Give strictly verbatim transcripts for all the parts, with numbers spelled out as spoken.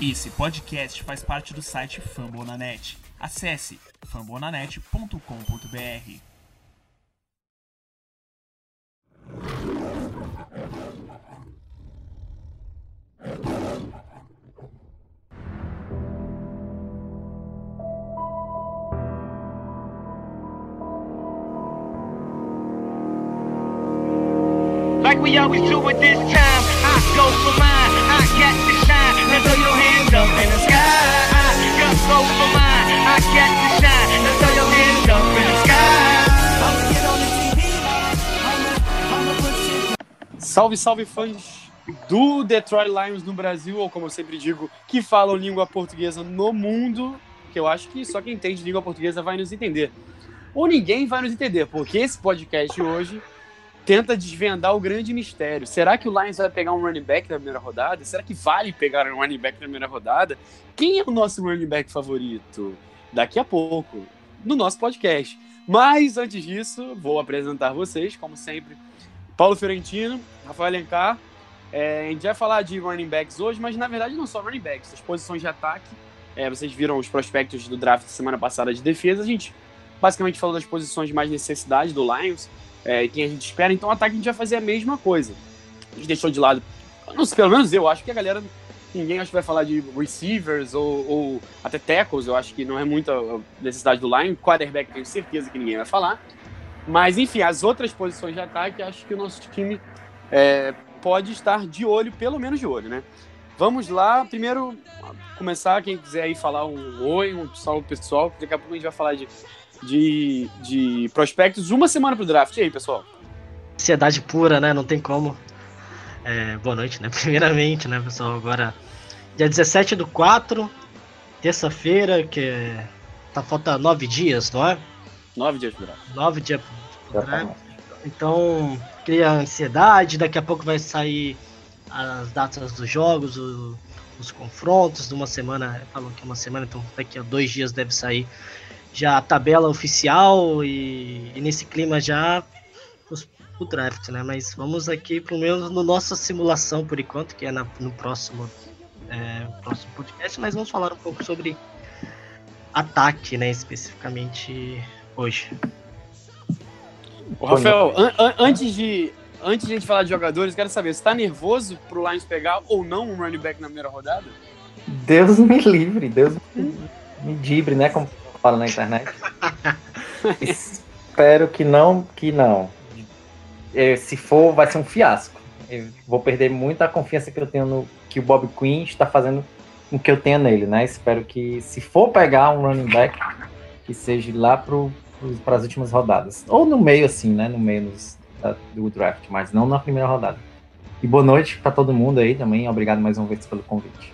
Esse podcast faz parte do site Fambonanet. Acesse fambonanet ponto com ponto b r. Like we always do at this time, I go for mine, I got to shine. Now throw your hands up in the sky. I go for mine, I got to shine. Now throw your hands up in the sky. Salve, salve fãs do Detroit Lions no Brasil, ou como eu sempre digo, que falam língua portuguesa no mundo, que eu acho que só quem entende língua portuguesa vai nos entender. Ou ninguém vai nos entender, porque esse podcast hoje tenta desvendar o grande mistério. Será que o Lions vai pegar um running back na primeira rodada? Será que vale pegar um running back na primeira rodada? Quem é o nosso running back favorito? Daqui a pouco, no nosso podcast. Mas, antes disso, vou apresentar vocês, como sempre, Paulo Fiorentino, Rafael Alencar. É, a gente vai falar de running backs hoje, mas, na verdade, não só running backs, as posições de ataque. É, vocês viram os prospectos do draft da semana passada de defesa. A gente basicamente falou das posições de mais necessidade do Lions. É, quem a gente espera, então o ataque a gente vai fazer a mesma coisa. A gente deixou de lado, não sei, pelo menos eu acho que a galera, ninguém acho que vai falar de receivers ou, ou até tackles, eu acho que não é muita necessidade do line, quarterback tenho certeza que ninguém vai falar, mas enfim, as outras posições de ataque, acho que o nosso time é, pode estar de olho, pelo menos de olho, né? Vamos lá, primeiro começar, quem quiser aí falar um oi, um salve pessoal, daqui a pouco a gente vai falar de De, de prospectos, uma semana pro draft. E aí, pessoal? Ansiedade pura, né? Não tem como. É, boa noite, né? Primeiramente, né, pessoal? Agora, dia dezessete do quatro, terça-feira, que é... tá falta nove dias, não é? Nove dias pro draft. Nove dias pro draft. Então, cria ansiedade. Daqui a pouco vai sair as datas dos jogos, o, os confrontos. De uma semana, falou que uma semana, então daqui a dois dias deve sair já a tabela oficial e, e nesse clima já o draft, né? Mas vamos aqui pelo menos no nossa simulação por enquanto, que é na, no próximo, é, próximo podcast, mas vamos falar um pouco sobre ataque, né? Especificamente hoje. Ô, Rafael, an- an- antes de antes de a gente falar de jogadores, quero saber, você tá nervoso pro Lions pegar ou não um running back na primeira rodada? Deus me livre, Deus me, me dibre, né? Como fala na internet. Espero que não, que não. É, se for, vai ser um fiasco. Eu vou perder muita confiança que eu tenho no que o Bob Quinn está fazendo com que eu tenha nele, né? Espero que, se for pegar um running back, que seja lá para as últimas rodadas. Ou no meio, assim, né? No meio dos, da, do draft, mas não na primeira rodada. E boa noite para todo mundo aí também. Obrigado mais uma vez pelo convite.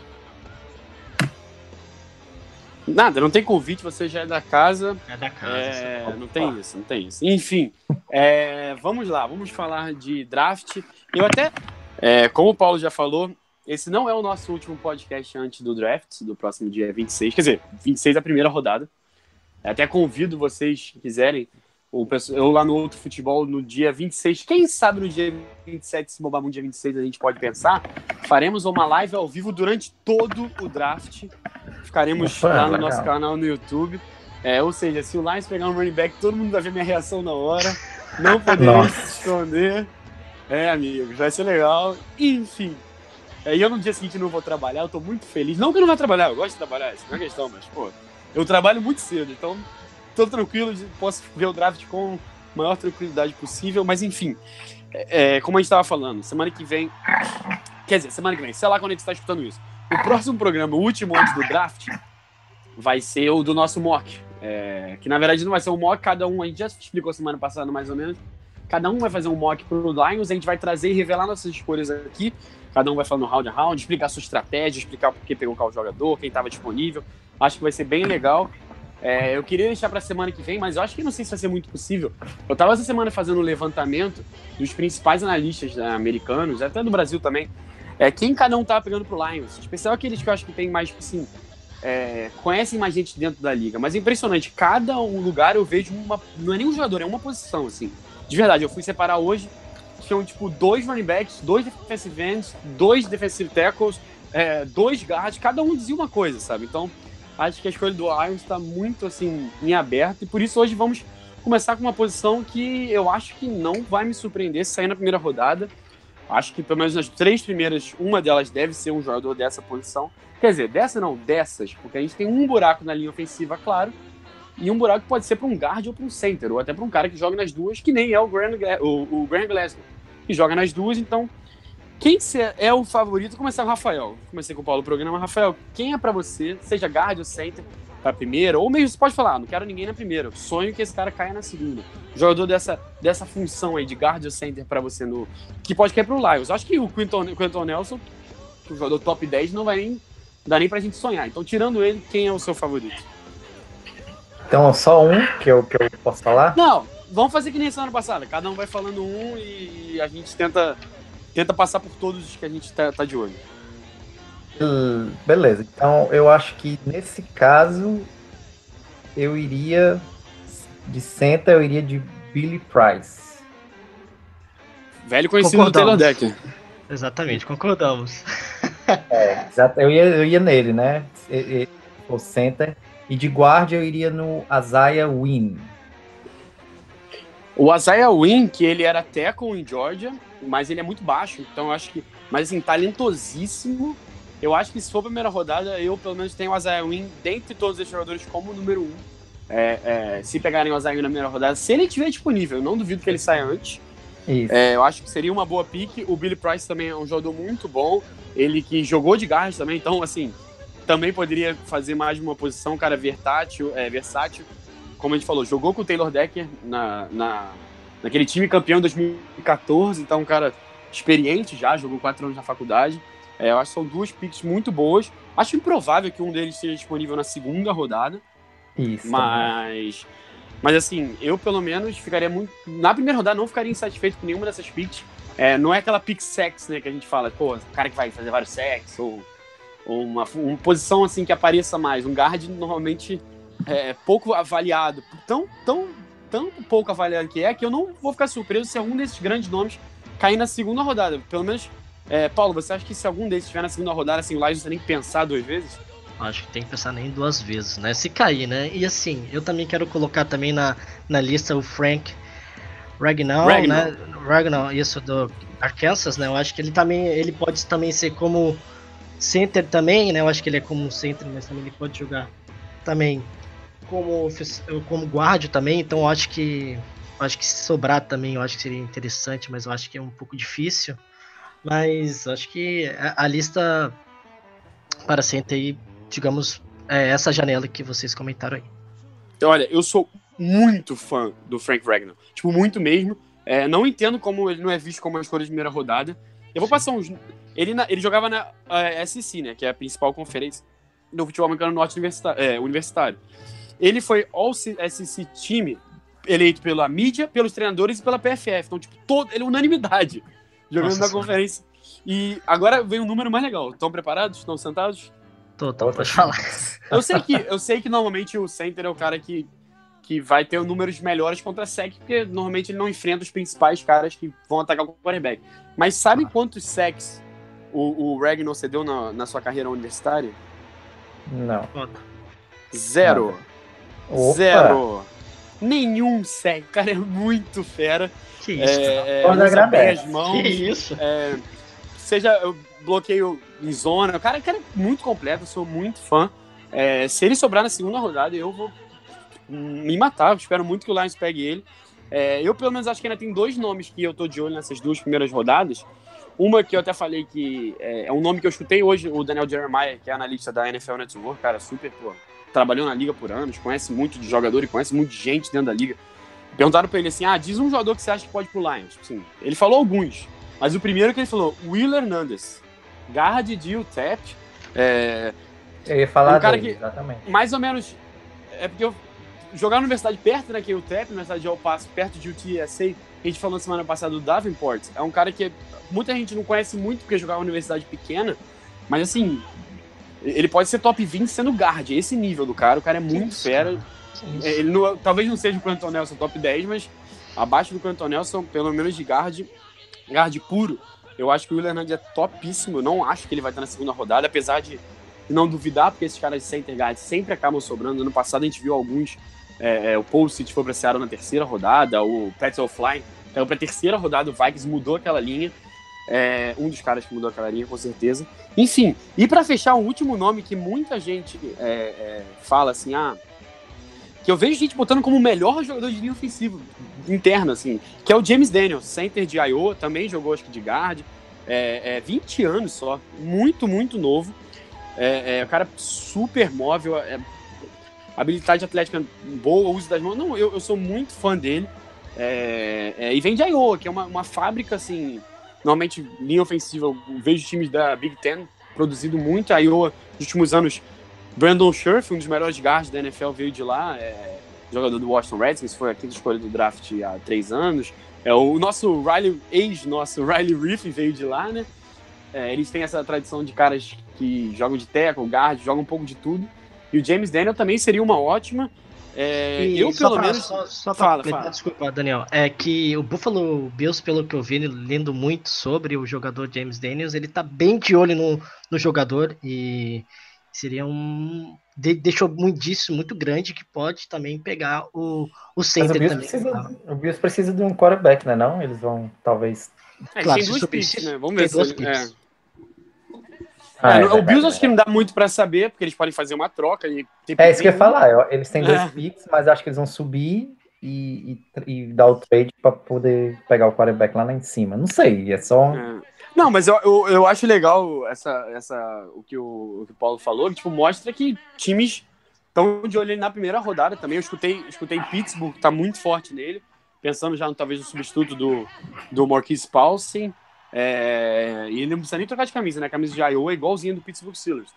Nada, não tem convite, você já é da casa. É da casa. É, não tem isso, não tem isso. Enfim, é, vamos lá, vamos falar de draft. Eu até, é, como o Paulo já falou, esse não é o nosso último podcast antes do draft, do próximo dia vinte e seis. Quer dizer, vinte e seis é a primeira rodada. Até convido vocês que quiserem, eu lá no Outro Futebol, no dia vinte e seis, quem sabe no dia vinte e sete, se bobar no dia vinte e seis, a gente pode pensar, faremos uma live ao vivo durante todo o draft. Ficaremos Opa, lá no legal. nosso canal no YouTube. É, ou seja, se o Lions pegar um running back, todo mundo vai ver minha reação na hora. Não poderemos se esconder. É, amigos, vai ser legal. Enfim. É, e eu no dia seguinte não vou trabalhar, eu tô muito feliz. Não que eu não vá trabalhar, eu gosto de trabalhar, isso não é questão, mas, pô, eu trabalho muito cedo, então tô tranquilo, posso ver o draft com a maior tranquilidade possível, mas enfim, é, é, como a gente tava falando, semana que vem, quer dizer, semana que vem, sei lá quando a gente tá escutando isso, o próximo programa, o último antes do draft, vai ser o do nosso mock, é, que na verdade não vai ser um mock, cada um, a gente já explicou semana passada mais ou menos, cada um vai fazer um mock pro Lions, a gente vai trazer e revelar nossas escolhas aqui, cada um vai falando round a round, explicar a sua estratégia, explicar por que pegou qual jogador, quem estava disponível, acho que vai ser bem legal. É, eu queria deixar para a semana que vem, mas eu acho que não sei se vai ser muito possível. Eu estava essa semana fazendo um levantamento dos principais analistas, né, americanos, até do Brasil também, é, quem cada um estava pegando pro Lions, em especial aqueles que eu acho que tem mais, assim, é, conhecem mais gente dentro da liga, mas é impressionante, cada um lugar eu vejo uma, não é nem um jogador, é uma posição, assim, de verdade, eu fui separar hoje, tinham, tipo, dois running backs, dois defensive ends, dois defensive tackles, é, dois guards, cada um dizia uma coisa, sabe? Então, acho que a escolha do Lions está muito, assim, em aberto, e por isso hoje vamos começar com uma posição que eu acho que não vai me surpreender se sair na primeira rodada. Acho que pelo menos nas três primeiras, uma delas deve ser um jogador dessa posição. Quer dizer, dessa não, dessas, porque a gente tem um buraco na linha ofensiva, claro, e um buraco que pode ser para um guard ou para um center, ou até para um cara que joga nas duas, que nem é o Graham, o, o Graham Glasgow, que joga nas duas. Então, quem é o favorito? Vou começar com o Rafael. Comecei com o Paulo o programa. Rafael, quem é para você, seja guard ou center, para a primeira, ou mesmo você pode falar, não quero ninguém na primeira, sonho que esse cara caia na segunda. Jogador dessa, dessa função aí de guard ou center para você, no que pode cair para o Lions. Acho que o Quentin, Quentin Nelson, que é o jogador top dez, não vai nem dar nem pra gente sonhar. Então, tirando ele, quem é o seu favorito? Então, só um que eu, que eu posso falar? Não, vamos fazer que nem semana passada. Cada um vai falando um e a gente tenta, tenta passar por todos os que a gente tá, tá de olho. Hum, beleza, então eu acho que nesse caso eu iria de center, eu iria de Billy Price. Velho conhecido do Taylor Decker. Exatamente, concordamos. É, exato, eu ia, eu ia nele, né? O center. E de guarda eu iria no Isaiah Wynn. O Isaiah Wynn, que ele era tackle em Georgia, mas ele é muito baixo, então eu acho que... Mas assim, talentosíssimo. Eu acho que se for a primeira rodada, eu pelo menos tenho o Isaiah Wynn dentre todos os jogadores como número um. É, é, se pegarem o Isaiah Wynn na primeira rodada, se ele estiver disponível, eu não duvido que ele saia antes. Isso. É, eu acho que seria uma boa pick. O Billy Price também é um jogador muito bom. Ele que jogou de guard também, então assim, também poderia fazer mais de uma posição, um cara versátil, é, versátil. Como a gente falou, jogou com o Taylor Decker na, na, naquele time campeão em dois mil e catorze, então um cara experiente já, jogou quatro anos na faculdade. É, eu acho que são duas picks muito boas. Acho improvável que um deles esteja disponível na segunda rodada. Isso. Mas, mas assim, eu pelo menos ficaria muito... Na primeira rodada não ficaria insatisfeito com nenhuma dessas picks. É, não é aquela pick sex, né, que a gente fala, pô, o cara que vai fazer vários sex, ou, ou uma, uma posição assim que apareça mais. Um guard normalmente é pouco avaliado. Tão, tão, tão pouco avaliado que é, que eu não vou ficar surpreso se algum desses grandes nomes cair na segunda rodada. Pelo menos... É, Paulo, você acha que se algum desses estiver na segunda rodada, assim, o Lions tem que pensar duas vezes? Acho que tem que pensar nem duas vezes, né? Se cair, né? E assim, eu também quero colocar também na, na lista o Frank Ragnow, Ragnow. né? Ragnow, isso do Arkansas, né? Eu acho que ele também, ele pode também ser como center também, né? Eu acho que ele é como center, mas também ele pode jogar também como, como guarda também, então eu acho que eu acho que se sobrar também, eu acho que seria interessante, mas eu acho que é um pouco difícil. Mas acho que a, a lista para center aí, digamos, é essa janela que vocês comentaram aí. Olha, eu sou muito fã do Frank Ragnow. Tipo, muito mesmo. É, não entendo como ele não é visto como uma escolha de primeira rodada. Eu vou passar uns... Ele, na, ele jogava na uh, S E C, né? Que é a principal conferência do futebol americano norte universitário. É, universitário. Ele foi All-S E C Team eleito pela mídia, pelos treinadores e pela P F F. Então, tipo, todo, ele é unanimidade. Jogando Nossa, na conferência. E agora vem um número mais legal. Estão preparados? Estão sentados? Tô, tô, pode falar. Eu sei que, eu sei que normalmente o center é o cara que, que vai ter números melhores contra a sec, porque normalmente ele não enfrenta os principais caras que vão atacar o quarterback. Mas sabe ah. quantos sacks o, o Ragnow cedeu na, na sua carreira universitária? Não. Zero. Opa. Zero. Nenhum sack. O cara é muito fera. Que isso? É, é, usa bem as mãos. Que isso? É, seja eu bloqueio em zona. O cara, o cara é muito completo, eu sou muito fã. É, se ele sobrar na segunda rodada, eu vou me matar. Eu espero muito que o Lions pegue ele. É, eu, pelo menos, acho que ainda tem dois nomes que eu tô de olho nessas duas primeiras rodadas. Uma que eu até falei que é, é um nome que eu escutei hoje, o Daniel Jeremiah, que é analista da N F L Network, cara, super, pô, trabalhou na liga por anos, conhece muito de jogador e conhece muito de gente dentro da liga. Perguntaram pra ele assim, ah, diz um jogador que você acha que pode ir pro Lions. Assim, ele falou alguns, mas o primeiro que ele falou, Will Hernandez, guard de U T E P. É, eu ia falar um cara dele, que, exatamente. mais ou menos, é porque eu jogar na universidade perto, né, que é o U T E P, Universidade de El Paso, perto de U T S A, a gente falou na semana passada do Davenport, é um cara que muita gente não conhece muito porque jogava em universidade pequena, mas assim, ele pode ser top vinte sendo guard, esse nível do cara, o cara é muito isso, fera. Cara. Ele não, talvez não seja o Quentin Nelson top dez, mas abaixo do Quentin Nelson, pelo menos de guard, guard puro, Eu acho que o Will Hernandez é topíssimo. Eu não acho que ele vai estar na segunda rodada, apesar de não duvidar, porque esses caras de center guard sempre acabam sobrando. Ano passado a gente viu alguns. É, é, o Pulisic foi para Seattle na terceira rodada, o Pat Elflein caiu para a terceira rodada, o Vikings mudou aquela linha. É, um dos caras que mudou aquela linha, com certeza. Enfim, e para fechar, um último nome que muita gente é, é, fala assim, ah, que eu vejo gente botando como o melhor jogador de linha ofensiva interna, assim, que é o James Daniels, center de Iowa, também jogou acho que de guard, é, é, vinte anos só, muito, muito novo. É, é, o cara super móvel, é, habilidade atlética boa, uso das mãos. Não, eu, eu sou muito fã dele. É, é, e vem de Iowa, que é uma, uma fábrica, assim, normalmente linha ofensiva, eu vejo times da Big Ten produzindo muito. A Iowa, nos últimos anos, Brandon Scherf, um dos melhores guards da N F L, veio de lá, é, jogador do Washington Redskins, foi aqui da escolha do draft há três anos. É, o nosso Riley, ex-nosso Riley Riff veio de lá, né? É, eles têm essa tradição de caras que jogam de tackle, guard, jogam um pouco de tudo. E o James Daniel também seria uma ótima. É, eu, pelo pra, menos... Só, só pra fala, fala. fala. Desculpa, Daniel. É que o Buffalo Bills, pelo que eu vi, lendo muito sobre o jogador James Daniels, ele tá bem de olho no, no jogador e seria um... De, deixou um indício muito grande que pode também pegar o, o center o Bills também. Precisa, o Bills precisa de um quarterback, né? Não? Eles vão, talvez... É, Claro, tem duas subir, picks, né? Vamos tem ver duas se... picks. É. Ah, É, é o verdade, Bills é acho que não dá muito pra saber, porque eles podem fazer uma troca. E É isso que eu ia falar. eu- Eles têm dois É. picks, mas acho que eles vão subir e, e, e dar o trade para poder pegar o quarterback lá, lá em cima. Não sei, é só. É. Não, mas eu, eu, eu acho legal essa, essa, o, que o, o que o Paulo falou, que tipo, mostra que times estão de olho na primeira rodada também. Eu escutei, escutei Pittsburgh, tá muito forte nele, pensando já no, talvez no substituto do, do Marquise Paulsen. É, e ele não precisa nem trocar de camisa, né? A camisa de Iowa é igualzinha do Pittsburgh Steelers.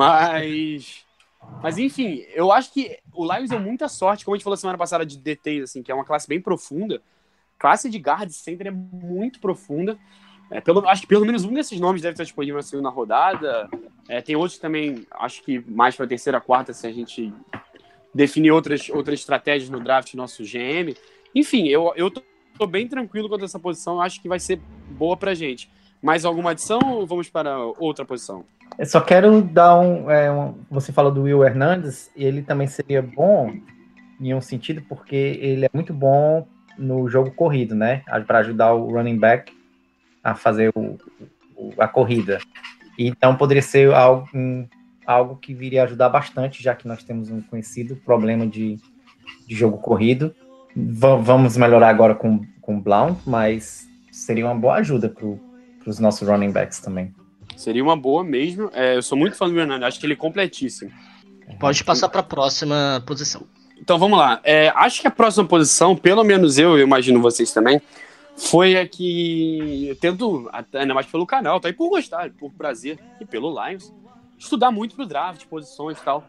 Mas, mas enfim, eu acho que o Lions deu muita sorte, como a gente falou semana passada de D Ts, assim, que é uma classe bem profunda. Classe de guard center é muito profunda. É, pelo, acho que pelo menos um desses nomes deve estar disponível na segunda rodada. É, tem outros também, acho que mais para a terceira, quarta, se a gente definir outras, outras estratégias no draft do nosso G M. Enfim, eu, eu tô, tô bem tranquilo quanto a essa posição. Acho que vai ser boa pra gente. Mais alguma adição ou vamos para outra posição? Eu só quero dar um, é, um. Você falou do Will Hernandez, ele também seria bom em um sentido, porque ele é muito bom no jogo corrido, né? Para ajudar o running back a fazer o, o, a corrida. Então poderia ser algo, um, algo que viria ajudar bastante, já que nós temos um conhecido problema de, de jogo corrido. V- vamos melhorar agora com, com o Blount, mas seria uma boa ajuda para os nossos running backs também. Seria uma boa mesmo. É, eu sou muito fã do Hernandes, acho que ele é completíssimo. Pode passar para a próxima posição. Então vamos lá. É, acho que a próxima posição, pelo menos eu, eu imagino vocês também, foi a que eu tento, ainda mais pelo canal, tá aí por gostar, por prazer, e pelo Lions, estudar muito pro draft, posições e tal.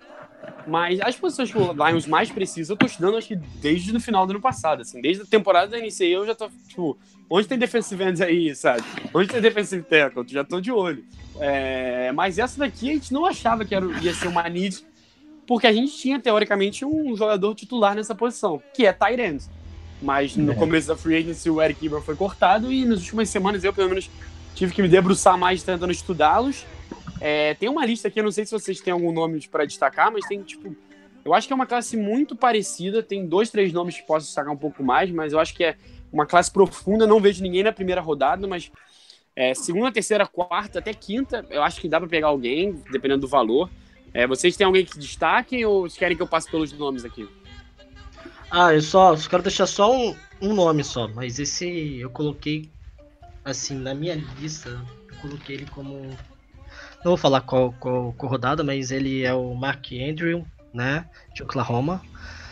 Mas as posições que o Lions mais precisa, eu tô estudando acho que desde o final do ano passado, assim, desde a temporada da N C A A eu já tô, tipo, onde tem defensive ends aí, sabe? Onde tem defensive tackle, já tô de olho. É, mas essa daqui a gente não achava que era, ia ser uma need, porque a gente tinha, teoricamente, um jogador titular nessa posição, que é tight end. Mas no é. começo da free agency o Eric Ebron foi cortado e nas últimas semanas eu, pelo menos, tive que me debruçar mais tentando estudá-los. É, tem uma lista aqui, eu não sei se vocês têm algum nome para destacar, mas tem, tipo, eu acho que é uma classe muito parecida, tem dois, três nomes que posso destacar um pouco mais, mas eu acho que é uma classe profunda, não vejo ninguém na primeira rodada, mas é, segunda, terceira, quarta, até quinta, eu acho que dá para pegar alguém, dependendo do valor. É, vocês têm alguém que destaquem ou querem que eu passe pelos nomes aqui? Ah, eu só, só quero deixar só um, um nome só, mas esse eu coloquei, assim, na minha lista, eu coloquei ele como... Não vou falar qual, qual, qual rodada, mas ele é o Mark Andrew, né, de Oklahoma,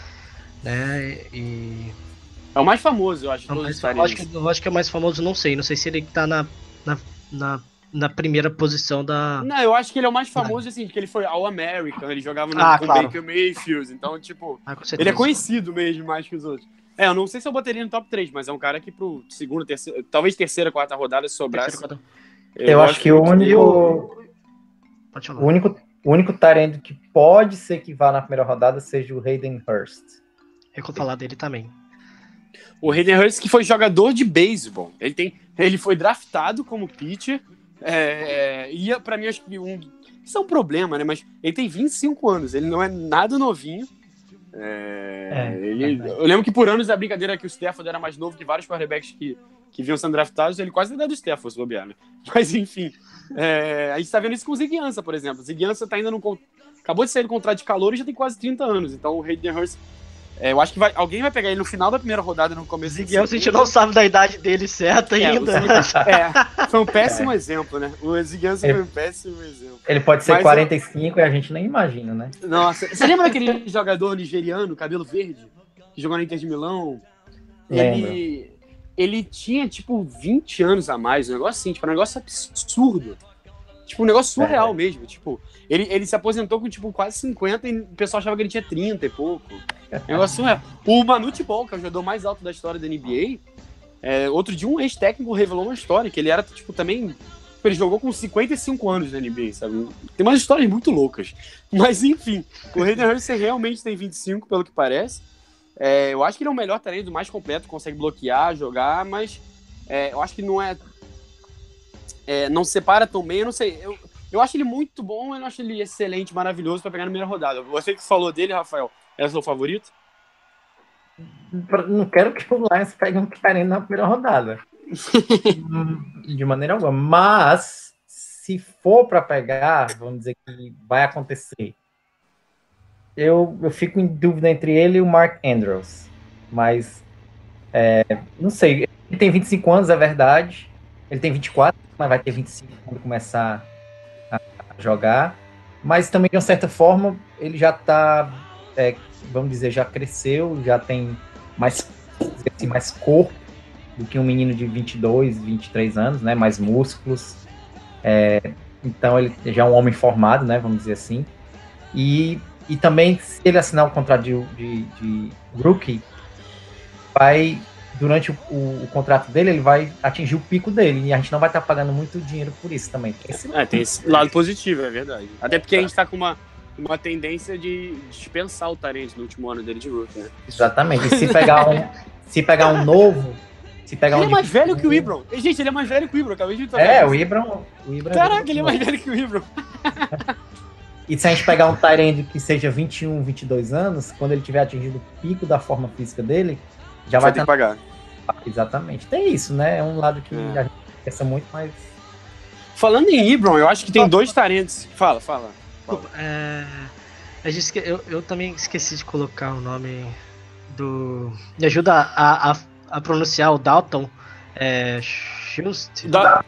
né, e... É o mais famoso, eu acho. É mais, eu, acho que, eu acho que é o mais famoso, não sei, não sei se ele tá na, na, na, na primeira posição da... Não, eu acho que ele é o mais famoso, assim, porque ele foi All-American, ele jogava no, ah, com claro. Baker Mayfield, então, tipo, ah, ele é conhecido mesmo mais que os outros. É, eu não sei se eu botaria no top três, mas é um cara que pro segundo, terceiro, talvez terceira, quarta rodada, se sobrasse... Terceira, eu, eu acho que o único... Pode falar. O único, o único tarendo que pode ser que vá na primeira rodada seja o Hayden Hurst. Eu vou falar dele também. O Hayden Hurst, que foi jogador de beisebol. Ele tem Ele foi draftado como pitcher. É, e pra mim, acho que um, isso é um problema, né? Mas ele tem vinte e cinco anos, ele não é nada novinho. É, É, ele, eu lembro que por anos a brincadeira é que o Stafford era mais novo que vários quarterbacks que, que vinham sendo draftados, ele quase não é do Stafford, se bobear, né? Mas enfim, é, a gente tá vendo isso com o Ziggy Ansah, por exemplo. O Ziggy Ansah tá ainda no, acabou de sair do contrato de calor e já tem quase trinta anos, então o Hayden Hurst, é, eu acho que vai, alguém vai pegar ele no final da primeira rodada, no começo do Ziggy, a gente não sabe da idade dele certa É, ainda. é, foi um péssimo exemplo, né? O Ziggy Ansah foi um péssimo exemplo. Ele pode ser Mas quarenta e cinco eu... e a gente nem imagina, né? Nossa, você lembra daquele jogador nigeriano, cabelo verde, que jogou na Inter de Milão? Ele, ele tinha, tipo, vinte anos a mais, um negócio assim, tipo, um negócio absurdo. Tipo, um negócio surreal é. mesmo, tipo... Ele, ele se aposentou com, tipo, quase cinquenta e o pessoal achava que ele tinha trinta e pouco. Negócio surreal. O Manute Ball, que é o jogador mais alto da história da N B A, é, outro dia um ex-técnico revelou uma história, que ele era, tipo, também... Ele jogou com cinquenta e cinco anos na N B A, sabe? Tem umas histórias muito loucas. Mas, enfim, o Hayden Hurst realmente tem vinte e cinco, pelo que parece. É, eu acho que ele é o melhor talento, mais completo, consegue bloquear, jogar, mas é, eu acho que não é... É, não separa tão bem, eu não sei. Eu, eu acho ele muito bom, eu não acho ele excelente, maravilhoso pra pegar na primeira rodada. Você que falou dele, Rafael, é o seu favorito? Não quero que o Lions pegue um Tyrande na primeira rodada. De maneira alguma. Mas, se for pra pegar, vamos dizer que vai acontecer. Eu, eu fico em dúvida entre ele e o Mark Andrews. Mas, é, não sei. Ele tem vinte e cinco anos, é verdade. Ele tem vinte e quatro, mas vai ter vinte e cinco quando começar a jogar. Mas também, de uma certa forma, ele já tá, é, vamos dizer, já cresceu, já tem mais, assim, mais corpo do que um menino de vinte e dois, vinte e três anos, né? Mais músculos. É, então, ele já é um homem formado, né? Vamos dizer assim. E, e também, se ele assinar o contrato de, de, de rookie, vai... Durante o, o, o contrato dele, ele vai atingir o pico dele. E a gente não vai estar tá pagando muito dinheiro por isso também. Esse... É, tem esse lado positivo, é verdade. Até porque a gente está com uma, uma tendência de dispensar o Tyrande no último ano dele de rookie, né? Exatamente. E se pegar um, se pegar um novo... Se pegar ele um é mais velho que o Ibram. Gente, ele é mais velho que o Ibram. Acabei de É, o Ibram... O Ibram Caraca, é ele é mais velho que o Ibram. E se a gente pegar um Tyrande que seja vinte e um, vinte e dois anos, quando ele tiver atingido o pico da forma física dele... Já vai, vai ter que pagar. Exatamente. Tem isso, né? É um lado que é. a gente pensa muito, mas... Falando em Ibram, eu acho que tem dois talentos. Fala, fala. fala. É... Eu, esque... eu, eu também esqueci de colocar o nome do... Me ajuda a, a, a pronunciar o Dalton é... Schultz. Da...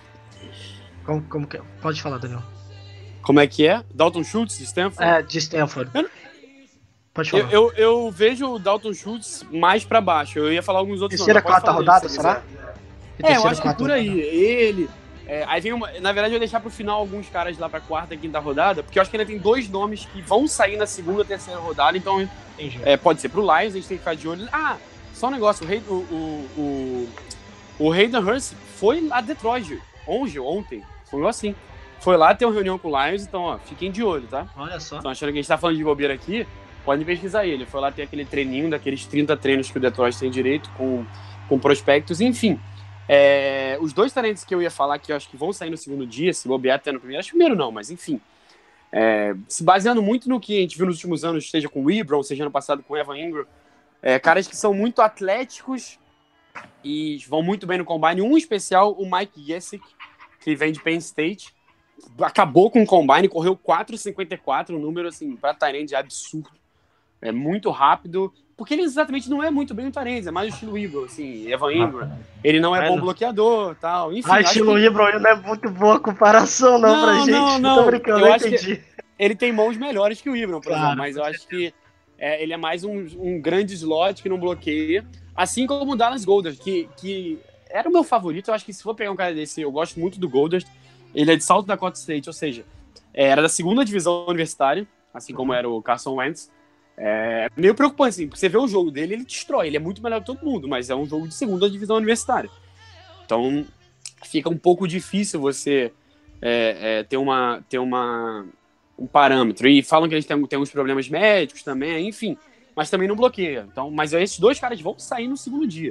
Como, como que... Pode falar, Daniel. Como é que é? Dalton Schultz, de Stanford? É, de Stanford. Eu... Pode falar. Eu, eu, eu vejo o Dalton Schultz mais pra baixo. Eu ia falar alguns outros Terceira, quarta rodada, dele, será? É, eu acho que por aí. Rodada. Ele... É, aí vem uma, na verdade, eu vou deixar pro final alguns caras lá pra quarta e quinta rodada, porque eu acho que ainda tem dois nomes que vão sair na segunda e terceira rodada, então é, pode ser pro Lions, a gente tem que ficar de olho. Ah, só um negócio, o, o, o, o, o Hayden Hurst foi a Detroit, hoje, ontem, foi um negócio assim. Foi lá ter uma reunião com o Lions, então, ó, fiquem de olho, tá? Olha só. Estão achando que a gente tá falando de bobeira aqui? Podem pesquisar ele. Foi lá ter aquele treininho, daqueles trinta treinos que o Detroit tem direito, com, com prospectos, enfim. É, os dois talentos que eu ia falar que eu acho que vão sair no segundo dia, se bobear até no primeiro, acho que primeiro não, mas enfim. É, se baseando muito no que a gente viu nos últimos anos, seja com o Ibram, seja ano passado com o Evan Ingram, é, caras que são muito atléticos e vão muito bem no combine. Um especial, o Mike Gesicki, que vem de Penn State, acabou com o combine, correu quatro cinquenta e quatro, um número assim, pra Tyrande absurdo. É muito rápido, porque ele exatamente não é muito bem o Tyrande, é mais o estilo Ibram, assim, Evan Ingram. Ele não é, é bom não. bloqueador, tal, enfim. Ah, estilo que... Ibram não é muito boa a comparação não, não pra gente. Não, não, tô brincando, eu, eu entendi. Ele tem mãos melhores que o Ibram, por claro, exemplo, mas eu acho que é, ele é mais um, um grande slot que não bloqueia, assim como o Dallas Goedert, que, que era o meu favorito. Eu acho que se for pegar um cara desse, eu gosto muito do Goedert. Ele é de South Dakota State, ou seja, era da segunda divisão universitária, assim como era o Carson Wentz. É meio preocupante, assim, porque você vê o jogo dele, ele destrói, ele é muito melhor que todo mundo, mas é um jogo de segunda divisão universitária. Então, fica um pouco difícil você é, é, ter, uma, ter uma, um parâmetro. E falam que eles têm, têm uns problemas médicos também, enfim, mas também não bloqueia. Então, mas esses dois caras vão sair no segundo dia.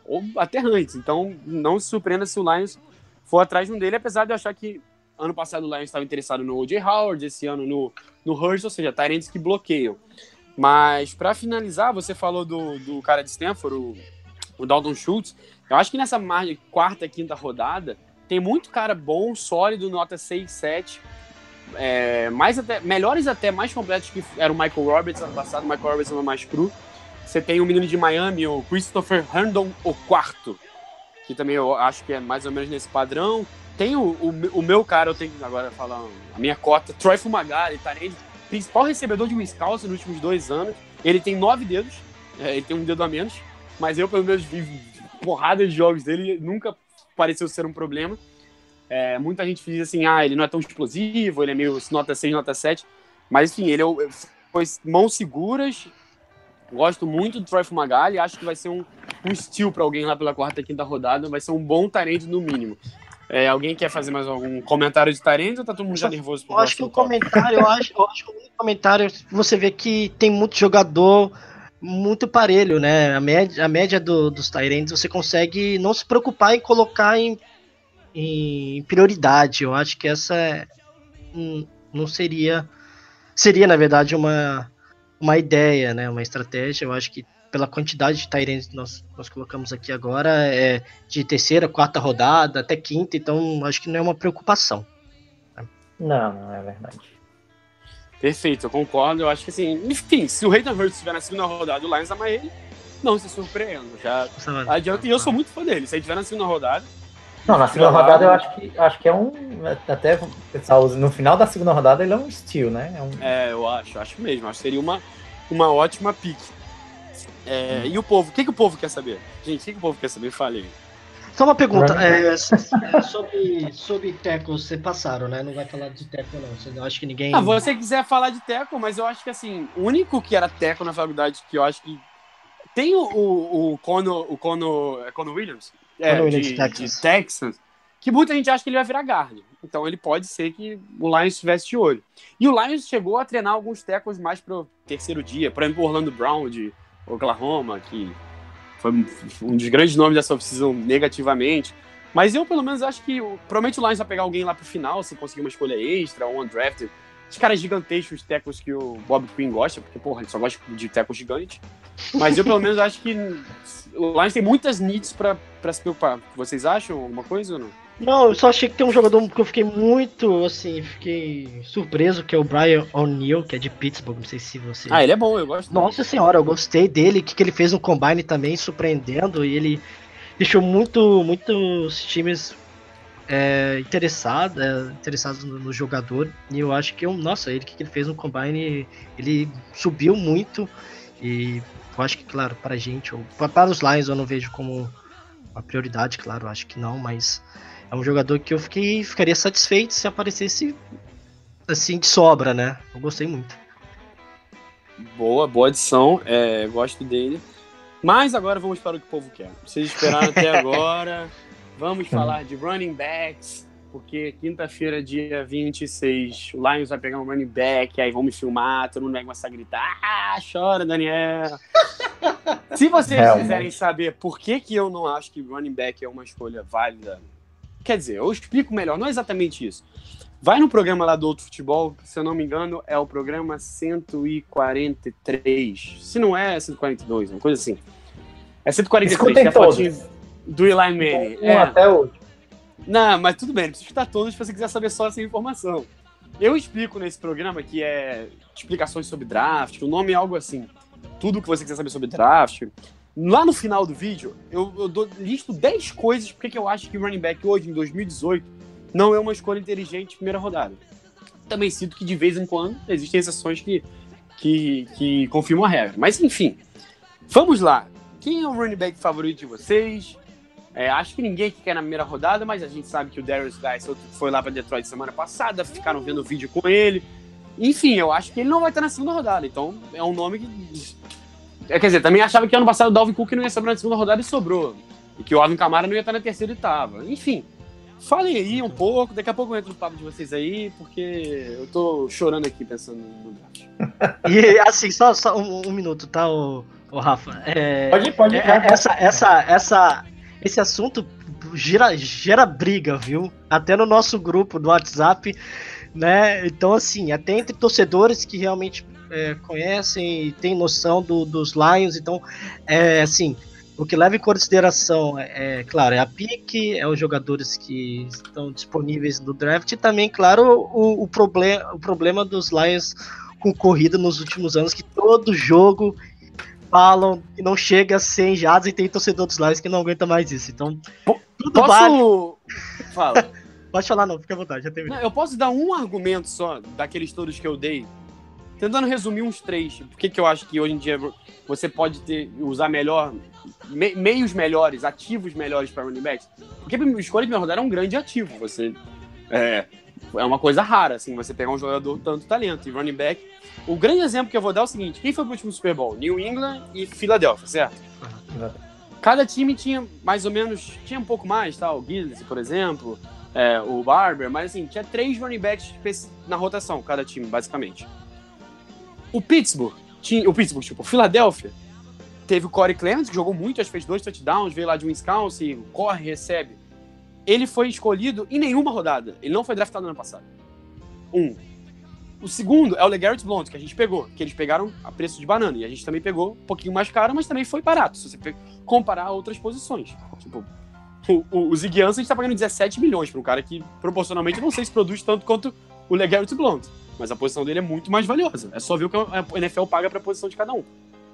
ou até antes. Então, não se surpreenda se o Lions for atrás de um dele, apesar de eu achar que ano passado o Lions estava interessado no O J Howard, esse ano no, no Hurst, ou seja, tight ends que bloqueiam. Mas, para finalizar, você falou do, do cara de Stanford, o, o Dalton Schultz. Eu acho que nessa margem, quarta, quinta rodada, tem muito cara bom, sólido, nota seis, sete, é, mais até, melhores até, mais completos que era o Michael Roberts ano passado. O Michael Roberts é mais cru. Você tem o menino de Miami, o Christopher Herndon, o quarto, que também eu acho que é mais ou menos nesse padrão. Tem o, o, o meu cara, eu tenho agora falar a minha cota, Troy Fumagalli, tá nele, principal recebedor de Wisconsin nos últimos dois anos. Ele tem nove dedos, é, ele tem um dedo a menos, mas eu pelo menos vi porrada de jogos dele, nunca pareceu ser um problema. É, muita gente diz assim, ah, ele não é tão explosivo, ele é meio nota seis, nota sete, mas enfim, ele é, foi mãos seguras. Gosto muito do Troy Fumagalli, acho que vai ser um, um steal para alguém lá pela quarta, quinta rodada, vai ser um bom tight end no mínimo. É, alguém quer fazer mais algum comentário de tight end ou tá todo mundo já nervoso? Eu acho que o comentário, eu acho, eu acho que o comentário, você vê que tem muito jogador muito parelho, né? A média, a média do, dos tight ends, você consegue não se preocupar em colocar em, em prioridade. Eu acho que essa é, não seria, seria na verdade uma, uma ideia, né? Uma estratégia. Eu acho que pela quantidade de tight ends que nós, nós colocamos aqui agora, é de terceira, quarta rodada, até quinta, então acho que não é uma preocupação. Não, não é verdade. Perfeito, eu concordo. Eu acho que assim, enfim, se o Hayden Hurst estiver na segunda rodada e o Lions amar ele, não se surpreenda. Já adianta, e eu sou muito fã dele. Se ele estiver na segunda rodada. Não, na segunda rodada eu acho que, acho que é um. Até pessoal, no final da segunda rodada ele é um steal, né? É, um... é eu acho, acho mesmo. Acho que seria uma, uma ótima pick. É, e o povo, o que, que o povo quer saber? Gente, o que, que o povo quer saber? Fale aí. Só uma pergunta, é, sobre, sobre tackles, vocês passaram, né? Não vai falar de tackle, não. Você, eu acho que ninguém... Ah, você quiser falar de tackle, mas eu acho que, assim, o único que era tackle na faculdade que eu acho que... Tem o, o, o Conor, o Conor, é Conor Williams? É, Conor de, Williams, Texans. de Texans, que muita gente acha que ele vai virar guard. Então ele pode ser que o Lions estivesse de olho. E o Lions chegou a treinar alguns tackles mais pro terceiro dia. Por exemplo, o Orlando Brown, de Oklahoma, que foi um dos grandes nomes dessa off-season negativamente. Mas eu, pelo menos, acho que provavelmente o Lions vai pegar alguém lá pro final, se conseguir uma escolha extra, ou um undrafted. Os caras gigantescos, tackles que o Bob Quinn gosta, porque, porra, ele só gosta de tackles gigantes. Mas eu, pelo menos, acho que o Lions tem muitas needs pra, pra se preocupar. Vocês acham alguma coisa ou não? Não, eu só achei que tem um jogador que eu fiquei muito, assim, fiquei surpreso, que é o Brian O'Neill, que é de Pittsburgh, não sei se você... Ah, ele é bom, eu gosto. Nossa senhora, eu gostei dele, o que, que ele fez no Combine também, surpreendendo, e ele deixou muito, muitos times é, interessado, é, interessados no, no jogador, e eu acho que, eu, nossa, ele, o que, que ele fez no Combine, ele subiu muito, e eu acho que, claro, para a gente, ou para os Lions eu não vejo como uma prioridade, claro, eu acho que não, mas... É um jogador que eu fiquei, ficaria satisfeito se aparecesse assim de sobra, né? Eu gostei muito. Boa, boa adição. É, gosto dele. Mas agora vamos para o que o povo quer. Vocês esperaram até agora. Vamos falar de running backs. Porque quinta-feira, dia vinte e seis, o Lions vai pegar um running back. Aí vão me filmar, todo mundo vai começar a gritar. Ah, chora, Daniel. Se vocês Realmente. quiserem saber por que, que eu não acho que running back é uma escolha válida... Quer dizer, eu explico melhor, não é exatamente isso. Vai no programa lá do Outro Futebol, se eu não me engano, é o programa cento e quarenta e três. Se não é, é cento e quarenta e dois, uma coisa assim. É cento e quarenta e três, que é a fotinha do Eli Manning. Um É. até o último. Não, mas tudo bem, não precisa escutar todos se você quiser saber só essa informação. Eu explico nesse programa que é explicações sobre draft, o nome é algo assim. Tudo que você quiser saber sobre draft... Lá no final do vídeo, eu, eu dou, listo dez coisas porque eu acho que o running back hoje, em dois mil e dezoito, não é uma escolha inteligente de primeira rodada. Também sinto que, de vez em quando, existem exceções que, que, que confirmam a regra. Mas, enfim, vamos lá. Quem é o running back favorito de vocês? É, acho que ninguém que quer na primeira rodada, mas a gente sabe que o Darius Guice foi lá para Detroit semana passada, ficaram vendo o vídeo com ele. Enfim, eu acho que ele não vai estar na segunda rodada. Então, é um nome que... Quer dizer, também achava que ano passado o Dalvin Cook não ia sobrar na segunda rodada e sobrou. E que o Alvin Kamara não ia estar na terceira e tava. Enfim, falem aí um pouco, daqui a pouco eu entro no papo de vocês aí, porque eu tô chorando aqui pensando no draft. E assim, só, só um, um minuto, tá, o, Ô, Rafa, é, Pode ir, pode ir. é- é- essa, essa, essa, esse assunto gera, gera briga, viu? Até no nosso grupo do WhatsApp, né? Então, assim, até entre torcedores que realmente é, conhecem e têm noção do- dos Lions, então, é, assim, o que leva em consideração, é, é, claro, é a pique, é os jogadores que estão disponíveis no draft e também, claro, o, o, proble o problema dos Lions com corrida nos últimos anos, que todo jogo falam que não chega a cem jardas e tem torcedor dos Lions que não aguenta mais isso. Então, tudo vale. Posso. Fala. Pode falar não, fica à vontade, já terminei. Não, eu posso dar um argumento só daqueles todos que eu dei, tentando resumir uns três. Por que que eu acho que hoje em dia você pode ter, usar melhor, me- meios melhores, ativos melhores para running backs? Porque a escolha de minha rodada é um grande ativo. Você é, é uma coisa rara, assim, você pegar um jogador tanto talento. E running back. O grande exemplo que eu vou dar é o seguinte: quem foi pro último Super Bowl? New England e Philadelphia, certo? Cada time tinha mais ou menos, tinha um pouco mais, tá? O Gilles, por exemplo, é, o Barber, mas assim, tinha três running backs na rotação, cada time, basicamente. O Pittsburgh, tinha, o Pittsburgh, tipo, o Philadelphia, teve o Corey Clemens, que jogou muito, acho que fez dois touchdowns, veio lá de Wisconsin, corre, recebe. Ele foi escolhido em nenhuma rodada, ele não foi draftado no ano passado. Um. O segundo é o LeGarrette Blount, que a gente pegou, que eles pegaram a preço de banana, e a gente também pegou um pouquinho mais caro, mas também foi barato, se você comparar a outras posições. Tipo, o, o, o Ziggy Ansah, a gente tá pagando dezessete milhões para um cara que, proporcionalmente, não sei se produz tanto quanto o LeGarrette Blount, mas a posição dele é muito mais valiosa. É só ver o que a N F L paga pra posição de cada um.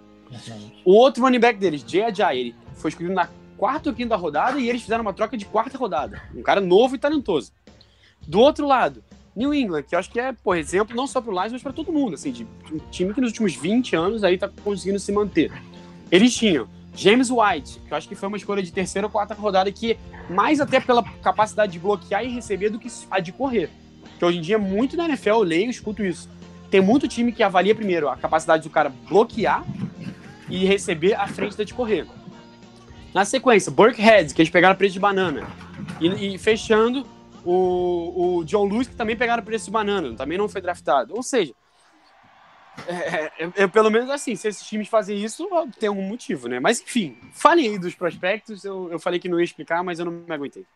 O outro running back deles, Jay Ajayi, ele foi escolhido na quarta ou quinta rodada e eles fizeram uma troca de quarta rodada. Um cara novo e talentoso. Do outro lado, New England, que eu acho que é, por exemplo, não só pro Lions, mas pra todo mundo, assim, de um time que nos últimos vinte anos aí tá conseguindo se manter. Eles tinham James White, que eu acho que foi uma escolha de terceira ou quarta rodada, que mais até pela capacidade de bloquear e receber do que a de correr. Que hoje em dia, muito na N F L, eu leio e escuto isso. Tem muito time que avalia primeiro a capacidade do cara bloquear e receber à frente da de correr. Na sequência, Burkhead, que eles pegaram preço de banana. E, e fechando, o, o John Lewis, que também pegaram preço de banana, também não foi draftado. Ou seja, é, é, é pelo menos assim, se esses times fazem isso, tem algum motivo, né? Mas enfim, falem aí dos prospectos, eu, eu falei que não ia explicar, mas eu não me aguentei.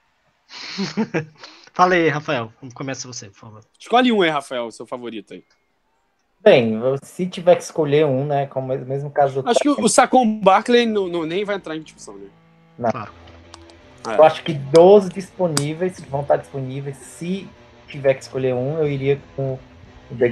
Fala aí, Rafael, começa você, por favor. Escolhe um aí, Rafael, seu favorito aí. Bem, se tiver que escolher um, né, como é o mesmo caso do... Acho que o, o Saquon Barkley não, não, nem vai entrar em discussão, né? Não. Claro. Eu acho que doze disponíveis, vão estar disponíveis. Se tiver que escolher um, eu iria com o de,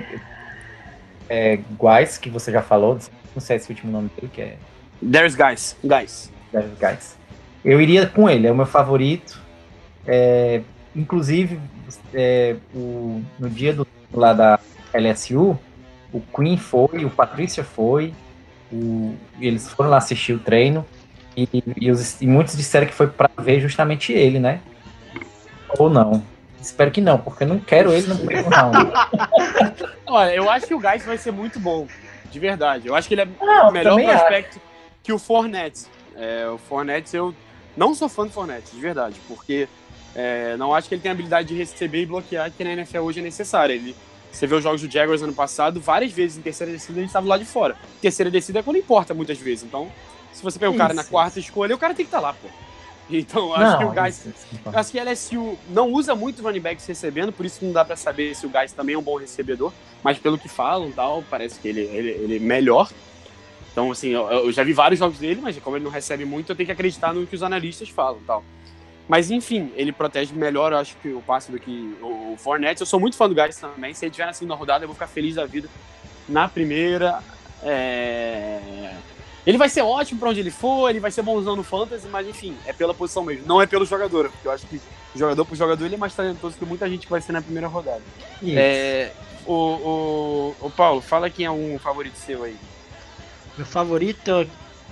é, Guys, que você já falou, não sei se é o último nome dele, que é... There's Guys. Guys. There's Guys. Eu iria com ele, é o meu favorito. É, inclusive, é, o, no dia do, lá da L S U, o Queen foi, o Patrícia foi, o, eles foram lá assistir o treino. E, e, os, e muitos disseram que foi pra ver justamente ele, né? Ou não. Espero que não, porque eu não quero ele no prêmio, não. Olha, eu acho que o Guys vai ser muito bom. De verdade. Eu acho que ele é Não, o melhor também prospecto que o Fournette. É, o Fournette, eu não sou fã do Fournette, de verdade. Porque é, não acho que ele tem a habilidade de receber e bloquear que na N F L hoje é necessária. Ele, você vê os jogos do Jaguars ano passado, várias vezes em terceira descida ele estava lá de fora. Terceira descida é quando importa muitas vezes. Então, se você pega o cara na quarta escolha, o cara tem que estar lá, pô. Então, acho Não, que o Guys... isso, isso, isso. Acho que a L S U não usa muito running backs recebendo, por isso não dá pra saber se o Guys também é um bom recebedor, mas pelo que falam, tal, parece que ele, ele, ele é melhor. Então, assim, eu, eu já vi vários jogos dele, mas como ele não recebe muito, eu tenho que acreditar no que os analistas falam, tal. Mas, enfim, ele protege melhor, eu acho, que o passe do que o, o Fournette. Eu sou muito fã do Guys também. Se ele tiver na segunda rodada, eu vou ficar feliz da vida. Na primeira, é... ele vai ser ótimo pra onde ele for, ele vai ser bonzão no fantasy, mas, enfim, é pela posição mesmo. Não é pelo jogador, porque eu acho que jogador por jogador ele é mais talentoso que muita gente que vai ser na primeira rodada. Isso. É... O, o, o Paulo, fala quem é um favorito seu aí. Meu favorito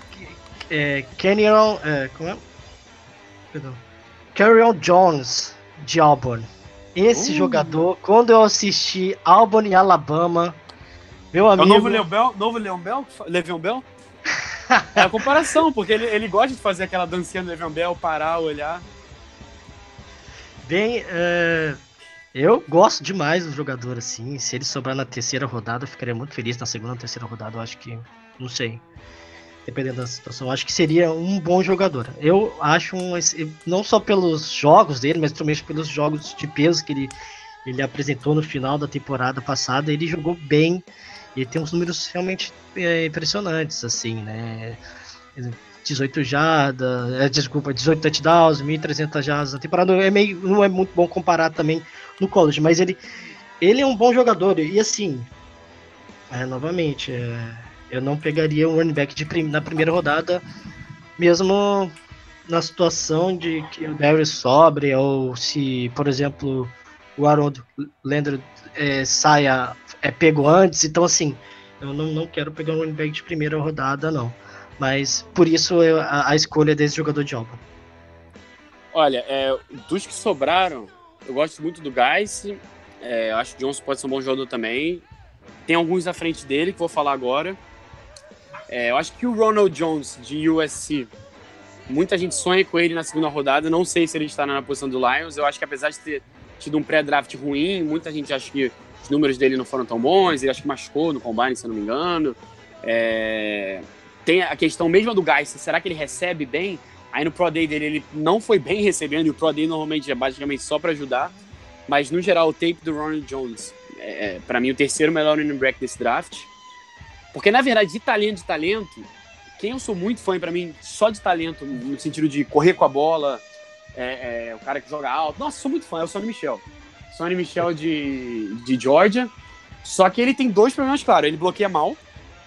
é Kenyon, é, como é? Perdão. Kerryon Jones, de Auburn. Esse Uh. jogador, quando eu assisti Auburn e Alabama, meu É o amigo... novo Leon Bell? Novo Leon Bell? Le'Veon Bell? É a comparação, porque ele, ele gosta de fazer aquela dancinha do Le'Veon Bell, parar, olhar. Bem, é, eu gosto demais do jogador, assim. Se ele sobrar na terceira rodada, eu ficaria muito feliz. Na segunda ou terceira rodada, eu acho que... Não sei. dependendo da situação. Eu acho que seria um bom jogador. Eu acho um, não só pelos jogos dele, mas também pelos jogos de peso que ele, ele apresentou no final da temporada passada. Ele jogou bem e ele tem uns números realmente é, impressionantes, assim, né? dezoito jardas, desculpa, dezoito touchdowns, mil e trezentas jardas na temporada. É meio, não é muito bom comparar também no college, mas ele, ele é um bom jogador. E assim, é, novamente, é, eu não pegaria um running back de prim- na primeira rodada, mesmo na situação de que o Darius sobre, ou se, por exemplo, o Harold Landry é, saia, é pego antes. Então, assim, eu não, não quero pegar um running back de primeira rodada, não. Mas, por isso, eu, a, a escolha desse jogador de Auburn. Olha, é, dos que sobraram, eu gosto muito do Guice. É, eu acho que o Johnson pode ser um bom jogador também. Tem alguns à frente dele, que vou falar agora. É, eu acho que o Ronald Jones, de U S C, muita gente sonha com ele na segunda rodada. Não sei se ele está na posição do Lions. Eu acho que apesar de ter tido um pré-draft ruim, muita gente acha que os números dele não foram tão bons. Ele acho que machucou no Combine, se eu não me engano. É, tem a questão mesmo do Guice. Será que ele recebe bem? Aí no Pro Day dele ele não foi bem recebendo. E o Pro Day normalmente é basicamente só para ajudar. Mas no geral, o tape do Ronald Jones é, para mim, o terceiro melhor running back desse draft. Porque, na verdade, de talento, de talento, quem eu sou muito fã, para mim, só de talento, no sentido de correr com a bola, é, é, o cara que joga alto. Nossa, sou muito fã, é o Sonny Michel. Sonny Michel de, de Georgia. Só que ele tem dois problemas, claro. Ele bloqueia mal,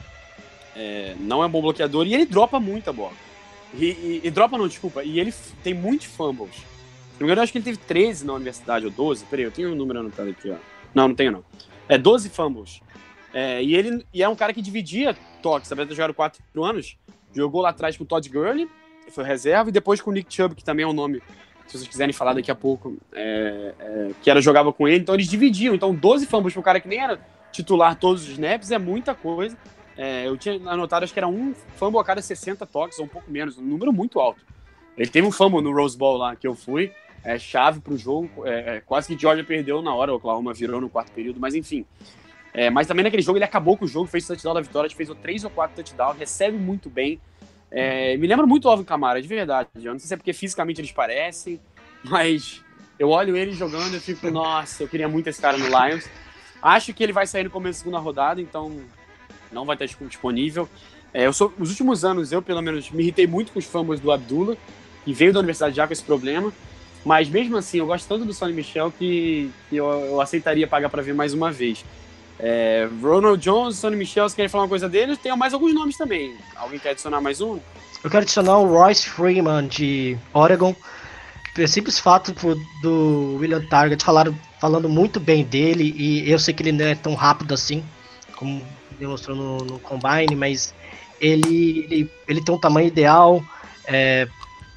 é, não é um bom bloqueador, e ele dropa muita bola. E, e, e dropa não, desculpa. E ele f- tem muitos fumbles. Se não me engano, eu acho que ele teve treze na universidade, ou doze. Peraí, eu tenho um número anotado aqui, ó. Não, não tenho, não. É doze fumbles. É, e ele e é um cara que dividia toques, apesar de jogar quatro anos, jogou lá atrás com o Todd Gurley, foi reserva, e depois com o Nick Chubb, que também é um nome, se vocês quiserem falar daqui a pouco, é, é, que era, jogava com ele, então eles dividiam, então doze fumbles para um cara que nem era titular todos os snaps é muita coisa. É, eu tinha anotado, acho que era um fumble a cada sessenta toques, ou um pouco menos, um número muito alto. Ele teve um fumble no Rose Bowl lá, que eu fui, é, chave pro jogo, é, é, quase que Georgia perdeu na hora, o Oklahoma virou no quarto período, mas enfim. É, mas também naquele jogo ele acabou com o jogo, fez o touchdown da vitória, fez três ou quatro touchdowns, recebe muito bem. É, me lembra muito o Alvin Kamara, de verdade. Eu não sei se é porque fisicamente eles parecem, mas eu olho ele jogando e fico, nossa, eu queria muito esse cara no Lions. Acho que ele vai sair no começo da segunda rodada, então não vai estar disponível. É, eu sou, nos últimos anos, eu pelo menos me irritei muito com os fumbles do Abdullah, que veio da universidade já com esse problema. Mas mesmo assim, eu gosto tanto do Sonny Michel que, que eu, eu aceitaria pagar para ver mais uma vez. É, Ronald Jones, Sonny Michel, vocês querem falar uma coisa deles? Tem mais alguns nomes também. Alguém quer adicionar mais um? Eu quero adicionar o Royce Freeman de Oregon. Pelo simples fato do William Target falaram, falando muito bem dele, e eu sei que ele não é tão rápido assim, como demonstrou no, no Combine, mas ele, ele, ele tem um tamanho ideal. É,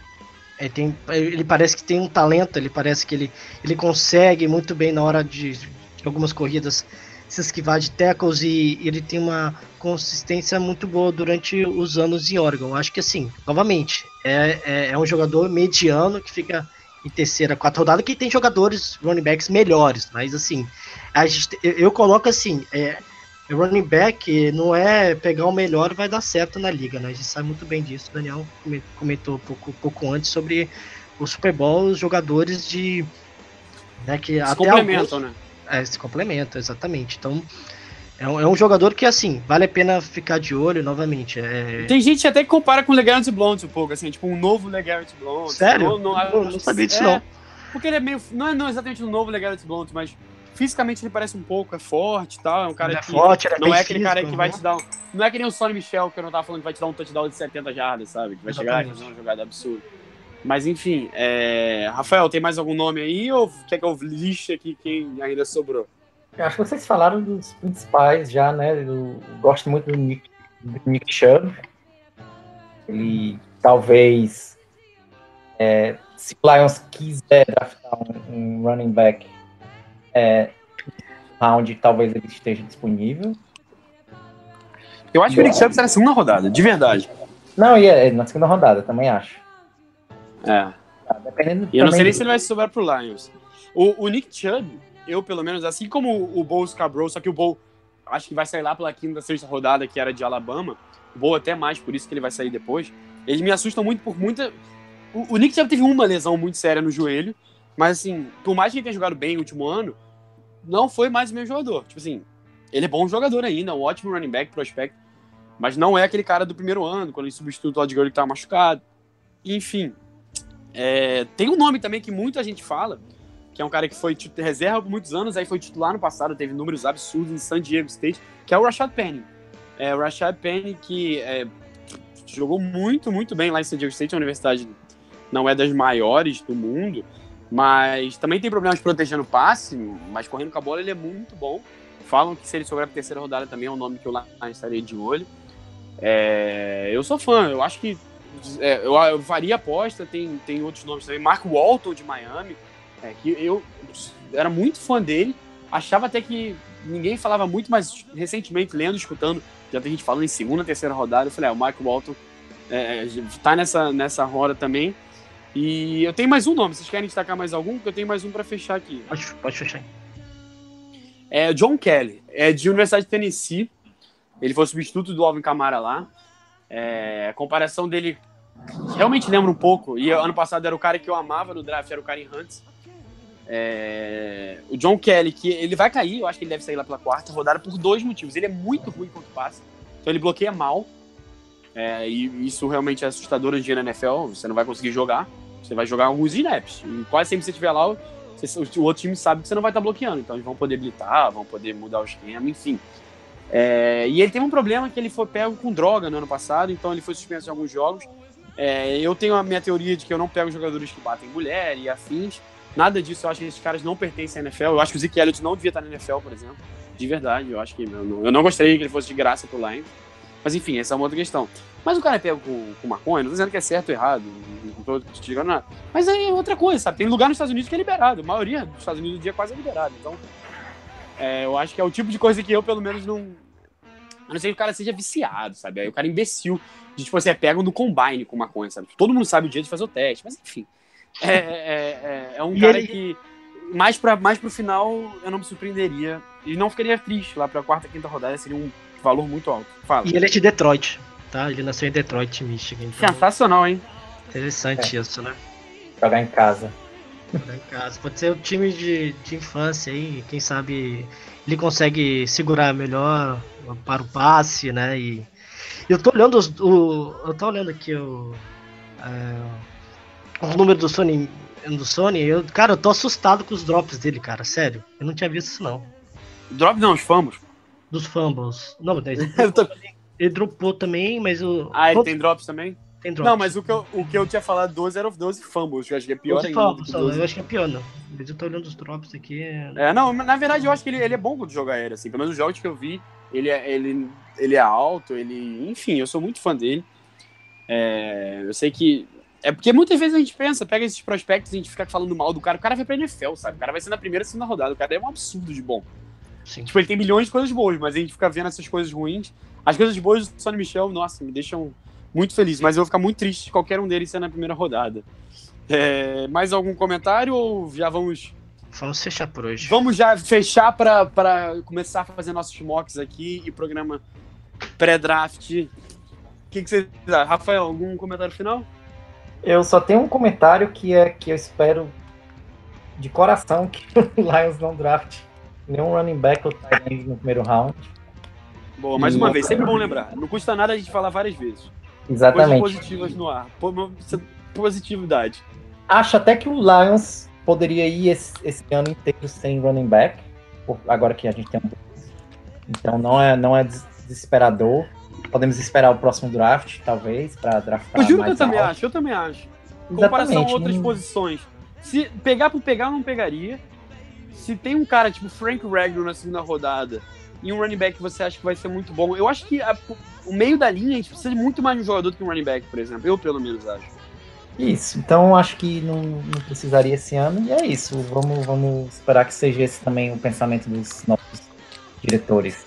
é, tem, ele parece que tem um talento, ele parece que ele, ele consegue muito bem na hora de, de algumas corridas se esquivar de tackles, e, e ele tem uma consistência muito boa durante os anos em Oregon. Acho que assim, novamente, é, é, é um jogador mediano que fica em terceira, quarta rodada, que tem jogadores running backs melhores, mas assim, a gente, eu, eu coloco assim, é, running back não é pegar o melhor e vai dar certo na liga, né? A gente sabe muito bem disso. O Daniel comentou um pouco, um pouco antes sobre o Super Bowl, os jogadores de... Né, que se até complementam, alguns, né? É, se complementam, exatamente. Então, é um, é um jogador que, assim, vale a pena ficar de olho novamente. É... Tem gente até que compara com o LeGarrette Blount um pouco, assim, tipo um novo LeGarrette Blount. Sério? Não, não, não, não sabia disso, é, não. Porque ele é meio... Não é não exatamente um novo LeGarrette Blount, mas fisicamente ele parece um pouco, é forte e tal. É um cara Ele é que forte, ele é não bem é aquele físico, cara que vai né? te dar um... Não é que nem o Sonny Michel, que eu não tava falando, que vai te dar um touchdown de setenta jardas, sabe? Que vai chegar e Exatamente. fazer uma jogada absurda. Mas enfim, é... Rafael, tem mais algum nome aí ou quer que eu lixe aqui quem ainda sobrou? Eu acho que vocês falaram dos principais já, né? Eu gosto muito do Nick, do Nick Chubb. Ele talvez, é, se o Lions quiser draftar um, um running back, é, round, talvez ele esteja disponível. Eu acho que o Nick Chubb será na segunda rodada, de verdade. Não, e é, na segunda rodada, também acho. É. Dependendo E eu não sei também nem do- se ele vai sobrar pro Lions. O, o Nick Chubb, eu pelo menos, assim como o Bo Scarborough, só que o Bo acho que vai sair lá pela quinta, sexta rodada, que era de Alabama, vou até mais, por isso que ele vai sair depois. Eles me assustam muito por muita... O, o Nick já teve uma lesão muito séria no joelho, mas assim, por mais que ele tenha jogado bem no último ano, não foi mais o mesmo jogador. Tipo assim, ele é bom jogador ainda, um ótimo running back, prospect, mas não é aquele cara do primeiro ano, quando ele substitui o Todd Gurley que tava machucado. Enfim, é, tem um nome também que muita gente fala, que é um cara que foi reserva por muitos anos, aí foi titular no passado, teve números absurdos em San Diego State, que é o Rashad Penny. É, o Rashad Penny que é, jogou muito, muito bem lá em San Diego State, a universidade não é das maiores do mundo, mas também tem problemas protegendo o passe, mas correndo com a bola ele é muito bom. Falam que se ele sobrar para a terceira rodada também é um nome que eu lá estaria de olho. É, eu sou fã, eu acho que é, eu, eu faria aposta, tem, tem outros nomes também. Mark Walton de Miami, é, que eu era muito fã dele, achava até que ninguém falava muito, mas recentemente, lendo, escutando, já tem gente falando em segunda, terceira rodada, eu falei, ah, o Mark Walton é, tá nessa, nessa roda também. E eu tenho mais um nome, vocês querem destacar mais algum? Porque eu tenho mais um para fechar aqui. Pode, pode fechar. É John Kelly, é de Universidade de Tennessee. Ele foi substituto do Alvin Kamara lá. É, a comparação dele realmente lembra um pouco. E ano passado era o cara que eu amava no draft, era o Kareem Hunt. É, o John Kelly, que ele vai cair, eu acho que ele deve sair lá pela quarta rodada por dois motivos. Ele é muito ruim contra o passe, então ele bloqueia mal. É, e isso realmente é assustador hoje em dia na N F L. Você não vai conseguir jogar, você vai jogar alguns snaps. E quase sempre que você estiver lá, o, o outro time sabe que você não vai estar bloqueando. Então eles vão poder blitzar, vão poder mudar o esquema, enfim. É, e ele teve um problema que ele foi pego com droga no ano passado, então ele foi suspenso em alguns jogos. É, eu tenho a minha teoria de que eu não pego jogadores que batem mulher e afins. Nada disso, eu acho que esses caras não pertencem à N F L. Eu acho que o Zeke Elliott não devia estar na N F L, por exemplo. De verdade, eu acho que eu não, eu não gostaria que ele fosse de graça pro Lions. Mas enfim, essa é uma outra questão. Mas o cara é pego com, com maconha, não tô dizendo que é certo ou errado, não tô te ligando nada. Mas aí é outra coisa, sabe? Tem lugar nos Estados Unidos que é liberado, a maioria dos Estados Unidos do dia quase é liberado. Então, é, eu acho que é o tipo de coisa que eu, pelo menos, não... A não ser que o cara seja viciado, sabe? Aí o cara é imbecil de, tipo, você pega no combine com maconha, sabe? Todo mundo sabe o dia de fazer o teste, mas enfim. É, é, é, é um E cara ele- que, mais, pra, mais pro final, eu não me surpreenderia. E não ficaria triste lá pra quarta, quinta rodada, seria um valor muito alto. Fala. E ele é de Detroit, tá? Ele nasceu em Detroit, Michigan. Então, Sensacional, hein? interessante isso, né? Jogar em casa. Lá em casa. Pode ser o time de, de infância aí, quem sabe ele consegue segurar melhor para o passe, né? E eu tô olhando os, o, eu tô olhando aqui o, é, os números do Sony, do Sony. Eu, cara, eu tô assustado com os drops dele, cara. Sério, eu não tinha visto isso não. Drop não, os famos. Dos fumbles. Não, mas ele, Eu tô- ele dropou também, mas o Ah, ele todos tem drops também? tem drops. Não, mas o que, eu, o que eu tinha falado doze era doze fumbles, que eu acho que é pior Doze ainda. fumbles, do que só, doze. eu acho que é pior, não. Mas eu tô olhando os drops aqui. É, não, na verdade eu acho que ele, ele é bom quando joga aéreo, assim. Pelo menos os jogos que eu vi, ele é, ele, ele é alto, ele... Enfim, eu sou muito fã dele. É, eu sei que... É porque muitas vezes a gente pensa, pega esses prospectos e a gente fica falando mal do cara, o cara vai pra N F L, sabe? O cara vai ser na primeira, segunda rodada, o cara é um absurdo de bom. Sim. Tipo, ele tem milhões de coisas boas, mas a gente fica vendo essas coisas ruins. As coisas boas do Sonny Michel, nossa, me deixam muito feliz, mas eu vou ficar muito triste se qualquer um deles ser na primeira rodada. É, mais algum comentário ou já vamos... Vamos fechar por hoje. Vamos já fechar para começar a fazer nossos mocks aqui e programa pré-draft. O que, que você acham? Rafael, algum comentário final? Eu só tenho um comentário que é que eu espero de coração que o Lions não draft nenhum running back ou tight end no primeiro round. Boa, mais uma vez, sempre bom lembrar. Não custa nada a gente falar várias vezes. Exatamente. Coisas positivas no ar. Po- Positividade. Acho até que o Lions poderia ir esse, esse ano inteiro sem running back, por- agora que a gente tem um. Então não é, não é des- desesperador. Podemos esperar o próximo draft, talvez, para draftar Eu juro que mais eu também alto. acho, eu também acho. Em comparação a Exatamente, outras não- posições. Se pegar por pegar, eu não pegaria. Se tem um cara tipo Frank Ragnow na segunda rodada e um running back que você acha que vai ser muito bom, eu acho que a- o meio da linha a gente precisa de muito mais de um jogador do que um running back, por exemplo. Eu, pelo menos, acho. Isso, então acho que não, não precisaria esse ano, e é isso. Vamos, vamos esperar que seja esse também o pensamento dos nossos diretores.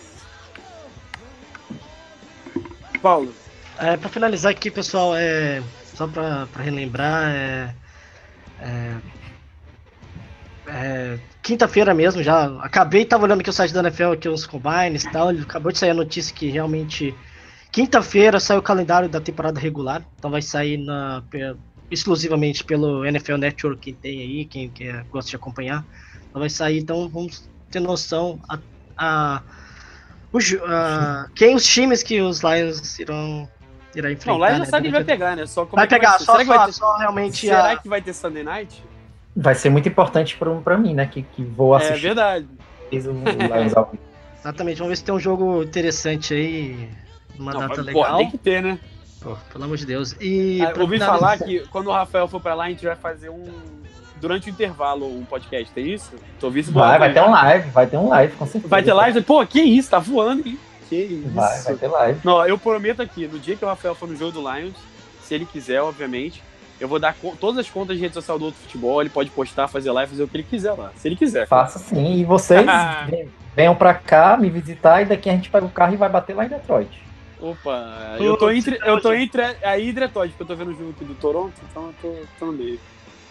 Paulo, É, para finalizar aqui, pessoal, é, só para relembrar, é, é, é, quinta-feira mesmo, já acabei, tava olhando aqui o site da N F L, aqui uns combines e tal, ele acabou de sair a notícia que realmente quinta-feira sai o calendário da temporada regular, então vai sair na, exclusivamente pelo N F L Network, quem tem aí, quem, quem gosta de acompanhar, então vai sair, então vamos ter noção a, a, o, a quem os times que os Lions irão, irão enfrentar. Não, lá já né, sabe que vai durante- pegar, né? Só como vai é que pegar, vai ser? só, Será que só, vai ter, só realmente será a... que vai ter Sunday Night? Vai ser muito importante pra, pra mim, né? Que, que vou É assistir verdade. o Lions ao vivo. Exatamente, vamos ver se tem um jogo interessante aí, numa Não, data vai, legal. porra, tem que ter, né? Pô, pelo amor de Deus. E Ah, pra ouvi finalizar- falar que quando o Rafael for pra lá, a gente vai fazer um... Durante o intervalo, um podcast, tem isso? Tô ouvindo esse Vai, boato vai aí. ter um live, vai ter um live, com certeza. Vai ter live? Pô, que isso, tá voando, hein? Que isso. Vai, vai ter live. Não, eu prometo aqui, no dia que o Rafael for no jogo do Lions, se ele quiser, obviamente, eu vou dar co- todas as contas de rede social do outro futebol, ele pode postar, fazer live, fazer o que ele quiser lá. Se ele quiser. Faça sim. E vocês ven- venham pra cá me visitar e daqui a gente pega o carro e vai bater lá em Detroit. Opa, eu tô entre, eu tô entre aí e Detroit, porque eu tô vendo o jogo aqui do Toronto, então eu tô, tô no meio.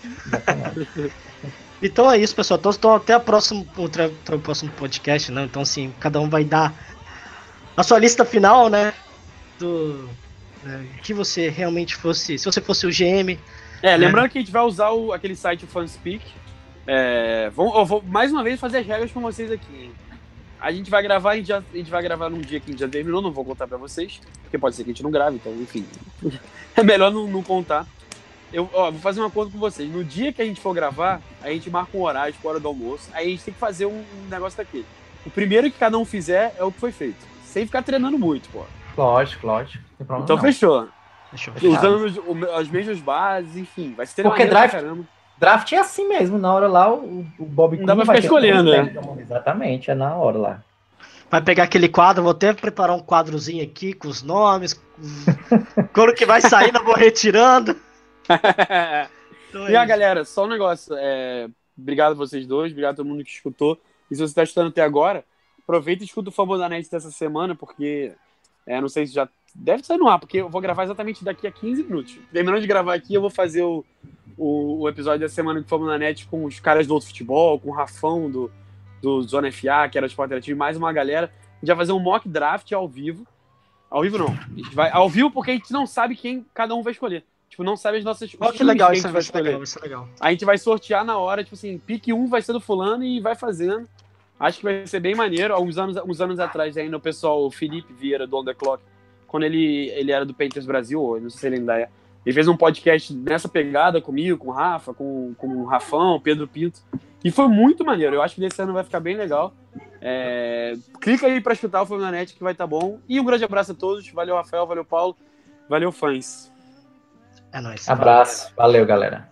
Então é isso, pessoal. Então, então até a próxima, o, tra- tra- o próximo podcast, né? Então, assim, cada um vai dar a sua lista final, né? Do né, que você realmente fosse. Se você fosse o G M. É, lembrando que a gente vai usar o, aquele site o Fanspeak. É, vou, eu vou mais uma vez fazer as regras com vocês aqui. Hein? A gente vai gravar, a gente, já, a gente vai gravar num dia que a gente já terminou, não vou contar pra vocês, porque pode ser que a gente não grave, então, enfim. É melhor não, não contar. Eu ó, vou fazer um acordo com vocês. No dia que a gente for gravar, a gente marca um horário, tipo, hora do almoço, aí a gente tem que fazer um, um negócio daquele. O primeiro que cada um fizer é o que foi feito. Sem ficar treinando muito, pô. Lógico, lógico. Não tem problema Então não. fechou. Deixa eu ver. Usando os- o- as mesmas bases, enfim. Vai ser Porque maneiro pra draft- caramba. Draft é assim mesmo, na hora lá o, o Bob Não dá Quinn pra vai ficar ter escolhendo, um- Exatamente, é na hora lá. Vai pegar aquele quadro, vou até preparar um quadrozinho aqui com os nomes. com- Quando que vai sair, eu vou retirando. Então, é E a isso. galera, só um negócio. É... Obrigado a vocês dois, obrigado a todo mundo que escutou. E se você está escutando até agora, aproveita e escuta o Fumble da Net dessa semana, porque é, não sei se já deve sair no ar, porque eu vou gravar exatamente daqui a quinze minutos. Terminando de gravar aqui, eu vou fazer o, o, o episódio da semana do Fumble da Net com os caras do outro futebol, com o Rafão do, do Zona F A, que era o Esporte Interativo, e mais uma galera. A gente vai fazer um mock draft ao vivo. Ao vivo não. A gente vai ao vivo porque a gente não sabe quem cada um vai escolher. Tipo, não sabe as nossas os Ó, que times legal, quem a isso gente vai vai ser escolher. legal, vai ser legal. A gente vai sortear na hora, tipo assim, pique um vai ser do fulano e vai fazendo. Acho que vai ser bem maneiro. Há uns anos, uns anos atrás ainda, o pessoal, o Felipe Vieira, do On The Clock, quando ele, ele era do Panthers Brasil, ou não sei se ele ainda é, ele fez um podcast nessa pegada comigo, com o Rafa, com, com o Rafão, Pedro Pinto, e foi muito maneiro. Eu acho que desse ano vai ficar bem legal. É, clica aí pra escutar o Fumble da Net que vai estar bom. E um grande abraço a todos. Valeu, Rafael, valeu, Paulo, valeu, fãs. É nóis. Abraço, valeu galera.